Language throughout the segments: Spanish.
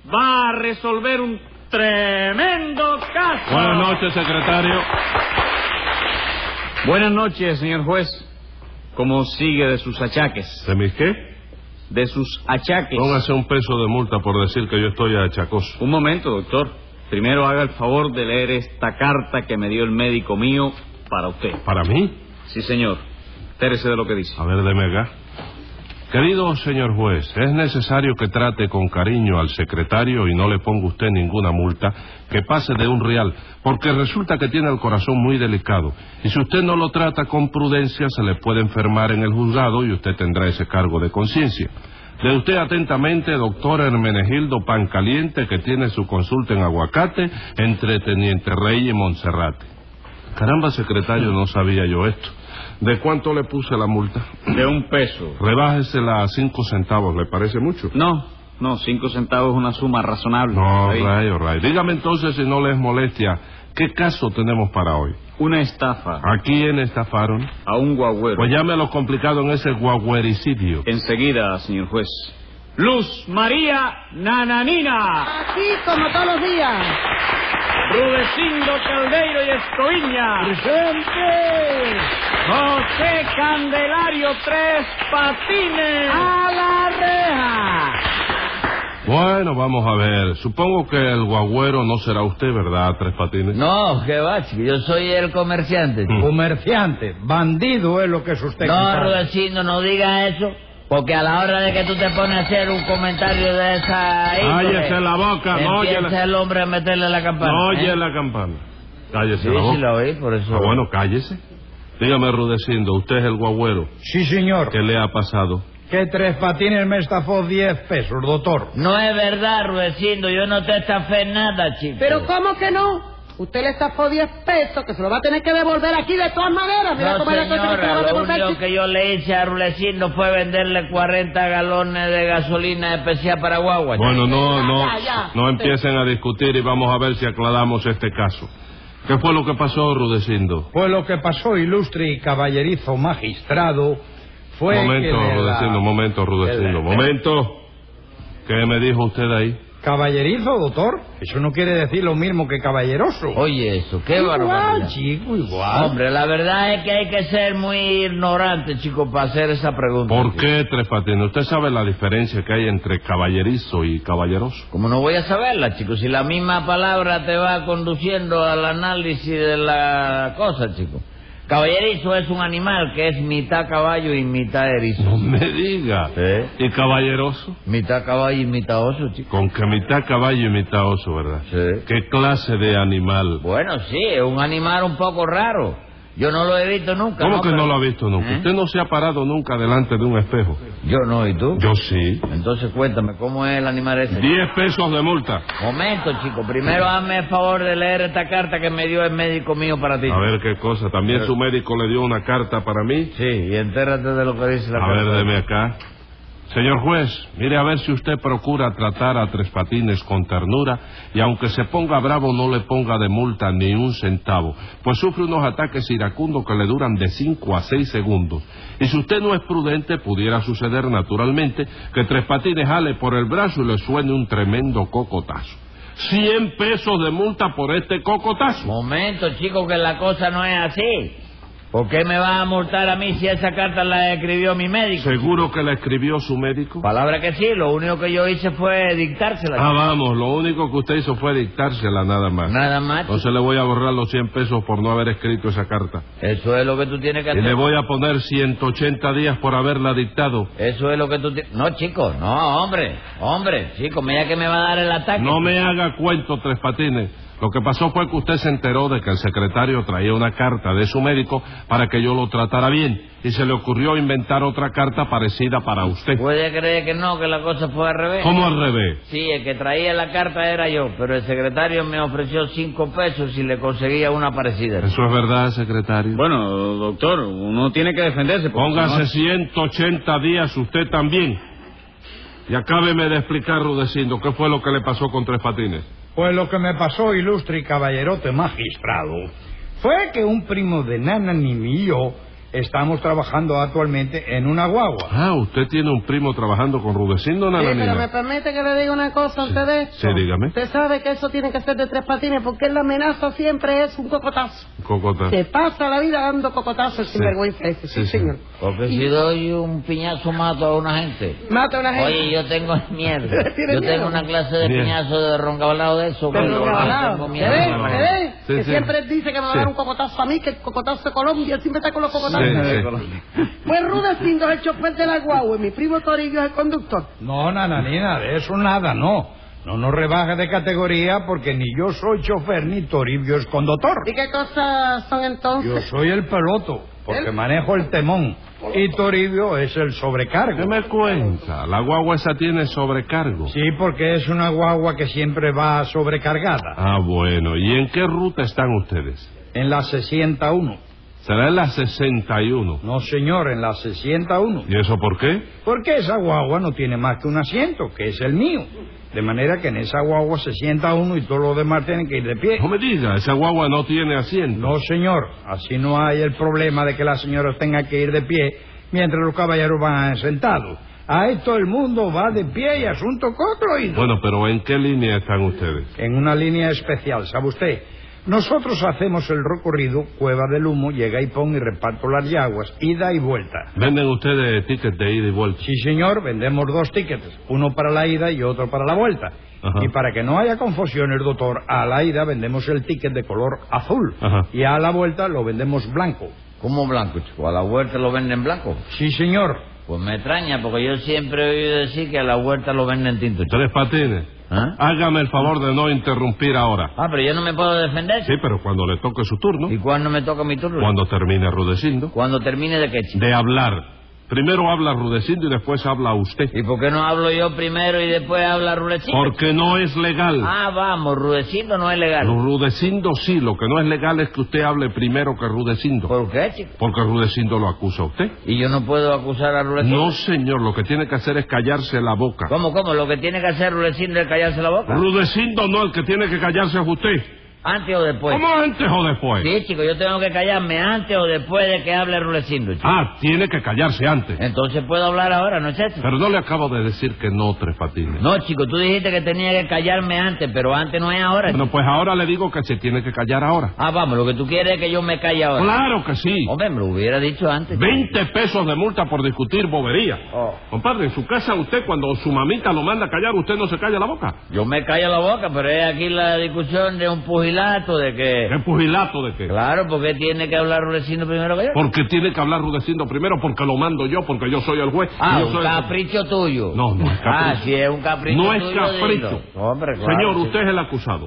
va a resolver un tremendo caso. Buenas noches, secretario. Buenas noches, señor juez. ¿Cómo sigue de sus achaques? ¿De mis qué? De sus achaques. Póngase $1 de multa por decir que yo estoy achacoso. Un momento, doctor. Primero haga el favor de leer esta carta que me dio el médico mío para usted. ¿Para mí? Sí, señor. Entérese de lo que dice. A ver, deme acá. Querido señor juez, es necesario que trate con cariño al secretario y no le ponga usted ninguna multa que pase de $1, porque resulta que tiene el corazón muy delicado. Y si usted no lo trata con prudencia, se le puede enfermar en el juzgado y usted tendrá ese cargo de conciencia. De usted atentamente, doctor Hermenegildo Pancaliente, que tiene su consulta en Aguacate, entre Teniente Rey y Monserrate. Caramba, secretario, no sabía yo esto. ¿De cuánto le puse la multa? De $1. Rebájesela a 5 centavos, ¿le parece mucho? No, 5 centavos es una suma razonable. No, rayo. Dígame entonces, si no les molestia, ¿qué caso tenemos para hoy? Una estafa. ¿A quién estafaron? A un guagüero. Pues llame a lo complicado en ese guagüericidio. Enseguida, señor juez. Luz María Nananina. Aquí como todos los días. Rudecindo Caldeiro y Escoviña. ¡Presente! José Candelario Tres Patines. ¡A la reja! Bueno, vamos a ver. Supongo que el guagüero no será usted, ¿verdad, Tres Patines? No, que va, chico. Yo soy el comerciante. Comerciante, bandido es lo que es usted. No, compadre. Rudecindo, no diga eso. Porque a la hora de que tú te pones a hacer un comentario de esa índole, Cállese la boca, no oye empieza el hombre a meterle la campana. No oye ¿eh? la campana. Cállese Sí, la boca. sí la oí, por eso. Ah, bueno, cállese. Dígame, Rudecindo, usted es el guagüero. Sí, señor. ¿Qué le ha pasado? Que Tres Patines me estafó $10, doctor. No es verdad, Rudecindo, yo no te estafé nada, chico. ¿Pero cómo que no? Usted le estafó $10, que se lo va a tener que devolver aquí de todas maneras. Mira No, cómo es la cosa que se lo va a señora, lo devolver, único chico. que yo le hice a Rudecindo fue venderle 40 galones de gasolina especial para guagua. Bueno, Ya. no empiecen a discutir y vamos a ver si aclaramos este caso. ¿Qué fue lo que pasó, Rudecindo? Pues lo que pasó, ilustre y caballerizo magistrado, fue Momento, que Rudecindo. Momento. ¿Qué me dijo usted ahí? ¿Caballerizo, doctor? Eso no quiere decir lo mismo que caballeroso. Oye, eso, qué Igual, barbaridad. chico, igual. Hombre, la verdad es que hay que ser muy ignorante, chico, para hacer esa pregunta. ¿Por chico. qué, Tres Patines? ¿Usted sabe la diferencia que hay entre caballerizo y caballeroso? ¿Cómo no voy a saberla, chico? Si la misma palabra te va conduciendo al análisis de la cosa, chico. Caballerizo es un animal que es mitad caballo y mitad erizo. No me diga. Sí. ¿Y caballeroso? Mitad caballo y mitad oso, chico. Con que mitad caballo y mitad oso, ¿verdad? Sí. ¿Qué clase de animal? Bueno, sí, es un animal un poco raro. Yo no lo he visto nunca. ¿Cómo que Pero- no lo ha visto nunca? ¿Eh? Usted no se ha parado nunca delante de un espejo. Yo no, ¿y tú? Yo sí. Entonces cuéntame, ¿cómo es el animal ese? 10 pesos de multa. Momento, chico. Primero hazme el favor de leer esta carta que me dio el médico mío para ti. A ver qué cosa. ¿También su médico le dio una carta para mí? Sí, y entérate de lo que dice la A carta. ver, deme acá. Señor juez, mire a ver si usted procura tratar a Tres Patines con ternura y aunque se ponga bravo no le ponga de multa ni un centavo, pues sufre unos ataques iracundos que le duran de 5 a 6 segundos. Y si usted no es prudente, pudiera suceder naturalmente que Tres Patines jale por el brazo y le suene un tremendo cocotazo. 100 pesos de multa por este cocotazo. Momento, chico, que la cosa no es así. ¿Por qué me va a multar a mí si esa carta la escribió mi médico? ¿Seguro que la escribió su médico? Palabra que sí, lo único que yo hice fue dictársela. Ah, vamos, lo único que usted hizo fue dictársela nada más. Nada más. Entonces le voy a borrar los 100 pesos por no haber escrito esa carta. Eso es lo que tú tienes que Y hacer. le voy a poner 180 días por haberla dictado. Eso es lo que tú tienes... No, chico, no, hombre, chico, mira que me va a dar el ataque. No me haga cuento, Tres Patines. Lo que pasó fue que usted se enteró de que el secretario traía una carta de su médico para que yo lo tratara bien. Y se le ocurrió inventar otra carta parecida para usted. ¿Puede creer que no, que la cosa fue al revés? ¿Cómo al revés? Sí, el que traía la carta era yo, pero el secretario me ofreció 5 pesos si le conseguía una parecida. ¿Eso es verdad, secretario? Bueno, doctor, uno tiene que defenderse. porque Póngase no- 180 días usted también. Y acábeme de explicar, Rudecindo, qué fue lo que le pasó con Tres Patines. Pues lo que me pasó, ilustre y caballerote magistrado, fue que un primo de Nana ni mío estamos trabajando actualmente en una guagua. Ah, usted tiene un primo trabajando con Rudecindo, Sí, Nananina. pero me permite que le diga una cosa antes de esto. Sí, dígame. Usted sabe que eso tiene que ser de 3 patines porque la amenaza siempre es un cocotazo. Cocota. Se pasa la vida dando cocotazos el sinvergüenza ese. Sí, Sí, señor. Porque si doy un piñazo mato a una gente. Mata a una gente. Oye, yo tengo miedo. ¿Tiene Yo miedo? tengo una clase de Miedo. piñazo de roncabalado de eso. Pero pero cabalado. tengo ¿Se miedo. ve? no, no. ¿Se ve? Sí, Que sí. siempre dice que me va a dar Sí. un cocotazo a mí, que el cocotazo de Colombia, él siempre está con los cocotazos. Sí. Pues Rudecindo es el chofer de la guagua y mi primo Toribio es el conductor. No, Nananina, de eso nada, no. No nos rebaje de categoría porque ni yo soy chofer ni Toribio es conductor. ¿Y qué cosas son Yo entonces? soy el peloto, porque ¿El? manejo el temón. Y Toribio es el sobrecargo. ¿Qué me cuenta? La guagua esa tiene sobrecargo. Sí, porque es una guagua que siempre va sobrecargada. Ah, bueno. ¿Y en qué ruta están ustedes? En la 61. Será en la 61. No, señor, en la 61. ¿Y eso por qué? Porque esa guagua no tiene más que un asiento, que es el mío. De manera que en esa guagua se sienta uno y todos los demás tienen que ir de pie. No me diga, esa guagua no tiene asiento. No, señor. Así no hay el problema de que las señoras tengan que ir de pie mientras los caballeros van sentados. A esto el mundo va de pie y asunto concluido. Bueno, pero ¿en qué línea están ustedes? En una línea especial, ¿sabe usted? Nosotros hacemos el recorrido Cueva del Humo, llega y pon y reparto las yaguas, ida y vuelta. ¿Venden ustedes tickets de ida y vuelta? Sí, señor, vendemos 2 tickets, uno para la ida y otro para la vuelta. Ajá. Y para que no haya confusiones, doctor, a la ida vendemos el ticket de color azul. Ajá. Y a la vuelta lo vendemos blanco. ¿Cómo blanco, chico? ¿A la vuelta lo venden blanco? Sí, señor. Pues me extraña, porque yo siempre he oído decir que a la vuelta lo venden tinto, chico. 3 patines. ¿Ah? Hágame el favor de no interrumpir ahora. Ah, pero yo no me puedo defender. Sí, pero cuando le toque su turno, ¿Y cuándo me toca mi turno? cuando termine Rudecindo, Cuando termine de qué, chico. de hablar. Primero habla Rudecindo y después habla usted. ¿Y por qué no hablo yo primero y después habla Rudecindo? Porque no es legal. Ah, vamos, Rudecindo no es legal. Rudecindo sí, lo que no es legal es que usted hable primero que Rudecindo. ¿Por qué, chico? Porque Rudecindo lo acusa a usted. ¿Y yo no puedo acusar a Rudecindo? No, señor, lo que tiene que hacer es callarse la boca. ¿Cómo? Lo que tiene que hacer Rudecindo es callarse la boca. Rudecindo no, el que tiene que callarse es usted. ¿Antes o después? ¿Cómo antes o después? Sí, chico, yo tengo que callarme antes o después de que hable Rudecindo, chico. Ah, tiene que callarse antes. Entonces puedo hablar ahora, ¿no es eso? Pero no le acabo de decir que no, Tres Patines. No, chico, tú dijiste que tenía que callarme antes, pero antes no es ahora. Bueno, chico. pues ahora le digo que se tiene que callar ahora. Ah, vamos, lo que tú quieres es que yo me calle ahora. Claro que sí. Hombre, me lo hubiera dicho antes. 20 pesos de multa por discutir bobería. Oh. Compadre, en su casa usted cuando su mamita lo manda a callar, usted no se calla la boca. Yo me callo la boca, pero es aquí la discusión de un pugilato, de que... ¿Qué pugilato de qué? Claro, porque tiene que hablar Rudecindo primero que yo. Porque tiene que hablar Rudecindo primero, porque lo mando yo, porque yo soy el juez. Ah, y yo un soy el- capricho tuyo. No, no es capricho. Ah, si es un capricho No es tuyo, capricho. dilo. Hombre, claro, Señor, sí. usted es el acusado.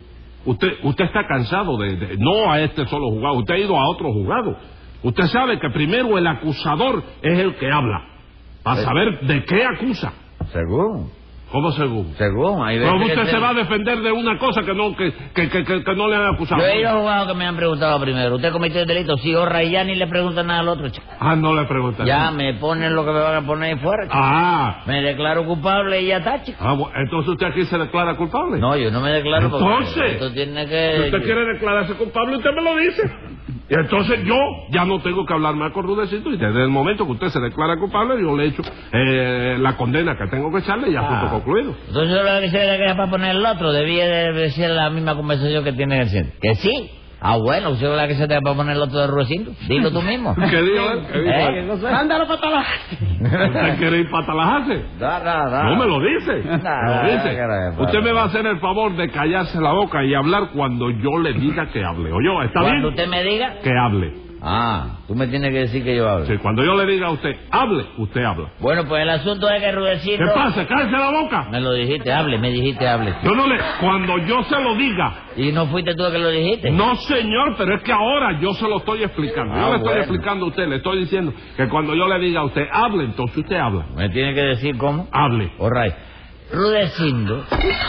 Usted está cansado de... No a este solo juzgado, usted ha ido a otro juzgado. Usted sabe que primero el acusador es el que habla, para saber de qué acusa. Según. ¿Cómo según? Según. Hay Pero veces usted que se va a defender de una cosa que no le han acusado. Yo he ido a jugados que me han preguntado primero. ¿Usted cometió el delito? Sí, y ya ni le preguntan nada al otro, chico. Ah, no le pregunté. Ya me ponen lo que me van a poner ahí fuera, chico. Ah, Me declaro culpable y ya está, chico. entonces usted aquí se declara culpable. No, yo no me declaro porque Entonces, esto tiene Si que... usted quiere declararse culpable, usted me lo dice. Y entonces yo ya no tengo que hablar más con Rudecindo. Y desde el momento que usted se declara culpable, yo le echo la condena que tengo que echarle y asunto concluido. Entonces yo lo que quisiera que era para poner el otro. Debía de decir la misma conversación que tiene el centro. ¿Que sí? Ah, bueno, usted es la que se te va a poner el otro de Rudecindo. Dilo tú mismo. ¿Qué dijo él? ¿Qué dijo él? ¿Qué cosa? Mándalo para atrás. ¿Usted quiere ir para Tallahassee? No me lo dice. Me lo dice. Usted me va a hacer el favor de callarse la boca y hablar cuando yo le diga que hable. ¿Oyó? ¿Está Cuando bien? usted me diga... Que hable. Ah, tú me tienes que decir que yo hable. Sí, cuando yo le diga a usted, hable, usted habla. Bueno, pues el asunto es que ¿Qué Rudecindo... pasa? ¡Cállese la boca! Me lo dijiste, hable, me dijiste, hable. Yo no le... Cuando yo se lo diga... ¿Y no fuiste tú el que lo dijiste? No, señor, pero es que ahora yo se lo estoy explicando. Ah, Yo le estoy bueno. explicando a usted, le estoy diciendo que cuando yo le diga a usted, hable, entonces usted habla. ¿Me tiene que decir cómo? Hable. All right. Rudecindo...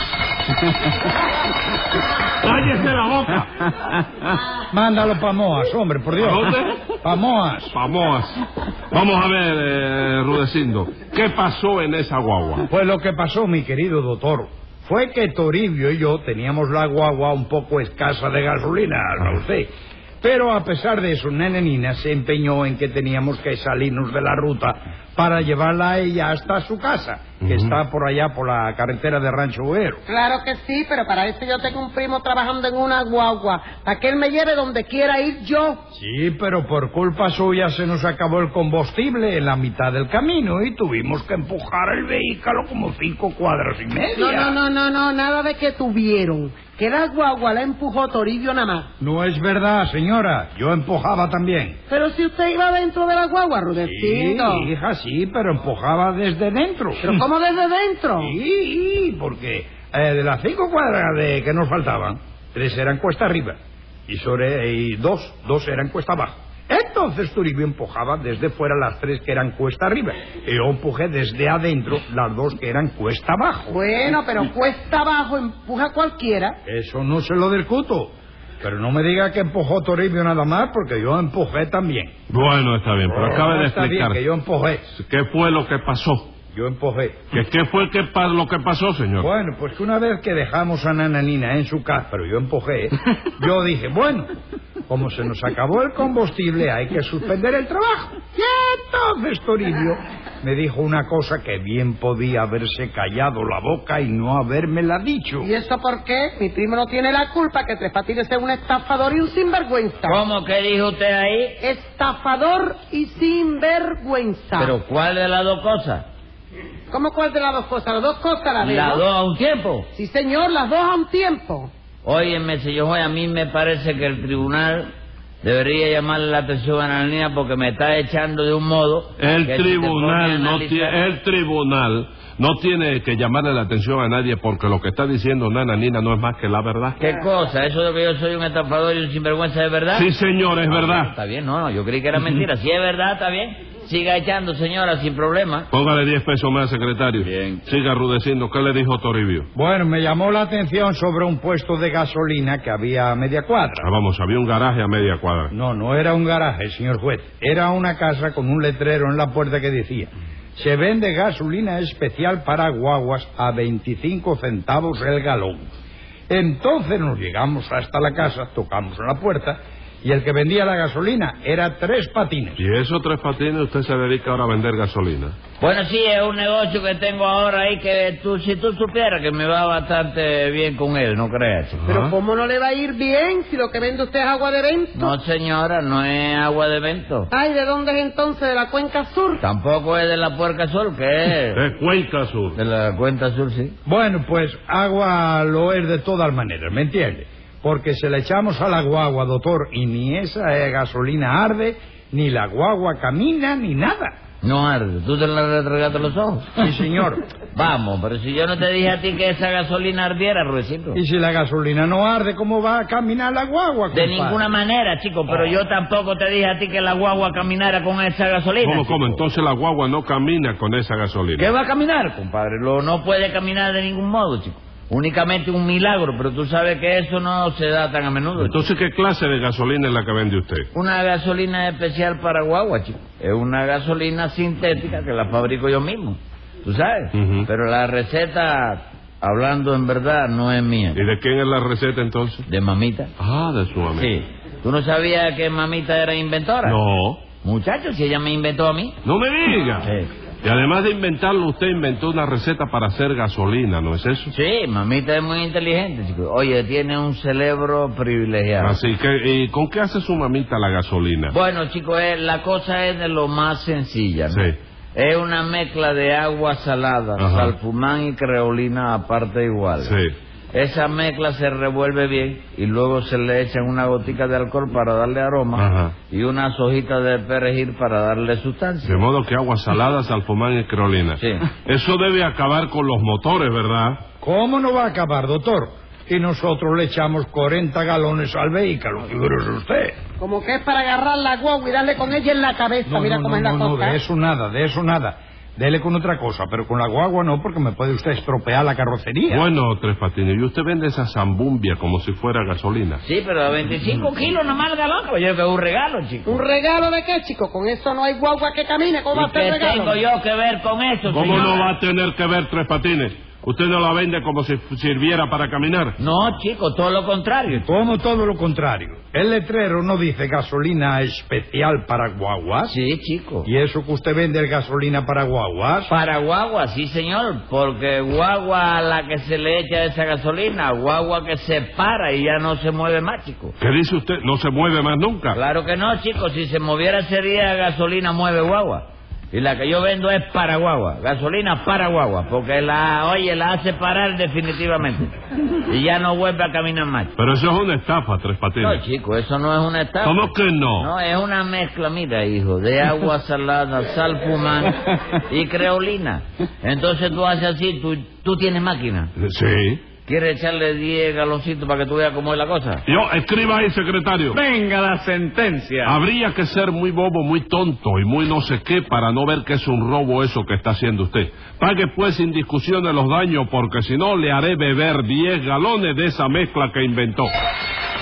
¡Cállese la boca! Mándalo pa' Moas, hombre, por Dios. ¿A dónde? Pa' Moas. Vamos. Vamos a ver, Rudecindo, ¿qué pasó en esa guagua? Pues lo que pasó, mi querido doctor, fue que Toribio y yo teníamos la guagua un poco escasa de gasolina, ¿sabe usted? Pero a pesar de eso, Nananina se empeñó en que teníamos que salirnos de la ruta para llevarla a ella hasta su casa, que está por allá por la carretera de Rancho Obrero. Claro que sí, pero para eso yo tengo un primo trabajando en una guagua, para que él me lleve donde quiera ir yo. Sí, pero por culpa suya se nos acabó el combustible en la mitad del camino y tuvimos que empujar el vehículo como 5 cuadras y media. No, nada de que tuvieron. Que la guagua la empujó Toribio nada más. No es verdad, señora. Yo empujaba también. Pero si usted iba dentro de la guagua, Sí, Rudecindo. hija, sí, pero empujaba desde dentro. ¿Pero cómo desde dentro? Sí, porque de las 5 cuadras que nos faltaban, 3 eran cuesta arriba y dos eran cuesta abajo. Entonces Toribio empujaba desde fuera las 3 que eran cuesta arriba y yo empujé desde adentro las 2 que eran cuesta abajo. Bueno, pero cuesta abajo empuja cualquiera. Eso no se lo discuto. Pero no me diga que empujó Toribio nada más, porque yo empujé también. Bueno, está bien, pero acabe de Está bien, explicar. que yo empujé. ¿Qué fue lo que pasó? Yo empujé. ¿Qué fue lo que pasó, señor? Bueno, pues que una vez que dejamos a Nananina en su casa, pero yo empujé, yo dije, bueno, como se nos acabó el combustible, hay que suspender el trabajo. Y entonces Toribio me dijo una cosa que bien podía haberse callado la boca y no habérmela dicho. ¿Y eso por qué? Mi primo no tiene la culpa que Tres Patines sea un estafador y un sinvergüenza. ¿Cómo que dijo usted ahí? Estafador y sinvergüenza. ¿Pero cuál de las dos cosas? ¿Cómo cuál de las dos cosas? Las dos cosas a la vez, ¿Las ¿no? dos a un tiempo? Sí, señor, las dos a un tiempo. Óyeme, señor juez, a mí me parece que el tribunal debería llamarle la atención a la niña porque me está echando de un modo... El que si te pone a tribunal no tiene que llamarle la atención a nadie porque lo que está diciendo Nananina no es más que la verdad. ¿Qué cosa? ¿Eso de que yo soy un estafador y un sinvergüenza es verdad? Sí, señor, es verdad. Está bien, no, yo creí que era mentira. Si es verdad, está bien. Siga echando, señora, sin problema. Póngale 10 pesos más, secretario. Bien. Siga rudeciendo. ¿Qué le dijo Toribio? Bueno, me llamó la atención sobre un puesto de gasolina que había a media cuadra. Vamos, había un garaje a media cuadra. No era un garaje, señor juez. Era una casa con un letrero en la puerta que decía: se vende gasolina especial para guaguas a 25 centavos el galón. Entonces nos llegamos hasta la casa, tocamos en la puerta, y el que vendía la gasolina era Tres Patines. ¿Y esos 3 patines usted se dedica ahora a vender gasolina? Bueno, sí, es un negocio que tengo ahora ahí que si tú supieras que me va bastante bien con él, no creas. Chico. Pero ¿cómo no le va a ir bien si lo que vende usted es agua de vento? No, señora, no es agua de vento. Ay, ¿de dónde es entonces? ¿De la Cuenca Sur? Tampoco es de la Puerca Sur, ¿qué es? De Cuenca Sur. De la Cuenca Sur, sí. Bueno, pues agua lo es de todas maneras, ¿me entiende? Porque se la echamos a la guagua, doctor, y ni esa gasolina arde, ni la guagua camina, ni nada. No arde. ¿Tú te la retragaste los ojos? Sí, señor. Vamos, pero si yo no te dije a ti que esa gasolina ardiera, Ruecito. Y si la gasolina no arde, ¿cómo va a caminar la guagua, De compadre? ninguna manera, chico, pero yo tampoco te dije a ti que la guagua caminara con esa gasolina. ¿Cómo? chico. Entonces la guagua no camina con esa gasolina. ¿Qué va a caminar, compadre? No puede caminar de ningún modo, chico. Únicamente un milagro, pero tú sabes que eso no se da tan a menudo. Entonces, ¿qué clase de gasolina es la que vende usted? Una gasolina especial para guagua, chico. Es una gasolina sintética que la fabrico yo mismo. ¿Tú sabes? Ujú. Pero la receta, hablando en verdad, no es mía. ¿Y de quién es la receta entonces? De mamita. Ah, de su amigo. Sí. ¿Tú no sabías que mamita era inventora? No. Muchachos, si ella me inventó a mí. No me diga. Sí. Y además de inventarlo, usted inventó una receta para hacer gasolina, ¿no es eso? Sí, mamita es muy inteligente, chico. Oye, tiene un cerebro privilegiado. Así que, ¿y con qué hace su mamita la gasolina? Bueno, chicos, la cosa es de lo más sencilla, ¿no? Sí. Es una mezcla de agua salada, Ajá. salfumán y creolina a parte igual. Sí. Esa mezcla se revuelve bien y luego se le echan una gotica de alcohol para darle aroma. Ajá. Y unas hojitas de perejil para darle sustancia. De modo que agua salada, salfumán y creolina. Sí. Eso debe acabar con los motores, ¿verdad? ¿Cómo no va a acabar, doctor? Y nosotros le echamos 40 galones al vehículo, figúrese usted. Como que es para agarrar la guagua y darle con ella en la cabeza. Mira cómo es la cosa. de eso nada. Dele con otra cosa, pero con la guagua no, porque me puede usted estropear la carrocería. Bueno, Tres Patines, y usted vende esa zambumbia como si fuera gasolina. Sí, pero a 25 kilos nomás el galón, caballero, que es un regalo, chico. ¿Un regalo de qué, chico? Con eso no hay guagua que camine. ¿Cómo va a ¿Y ser qué regalo? tengo yo que ver con eso, ¿Cómo señora? no va a tener que ver Tres Patines? ¿Usted no la vende como si sirviera para caminar? No, chico, todo lo contrario. Como todo lo contrario. El letrero no dice gasolina especial para guaguas. Sí, chico. ¿Y eso que usted vende es gasolina para guaguas? Para guagua, sí, señor, porque guagua a la que se le echa esa gasolina, guagua que se para y ya no se mueve más, chico. ¿Qué dice usted? ¿No se mueve más nunca? Claro que no, chico, si se moviera sería gasolina mueve guagua. Y la que yo vendo es para guagua, gasolina para guagua, porque la hace parar definitivamente. Y ya no vuelve a caminar más. Pero eso es una estafa, Tres Patines. No, chico, eso no es una estafa. ¿Cómo que no? No, es una mezcla, mira, hijo, de agua salada, sal fumante y creolina. Entonces tú haces así, tú tienes máquina. Sí. ¿Quieres echarle 10 galoncitos para que tú veas cómo es la cosa? Yo, escriba ahí, secretario. Venga la sentencia. Habría que ser muy bobo, muy tonto y muy no sé qué para no ver que es un robo eso que está haciendo usted. Pague pues sin discusiones los daños, porque si no le haré beber 10 galones de esa mezcla que inventó.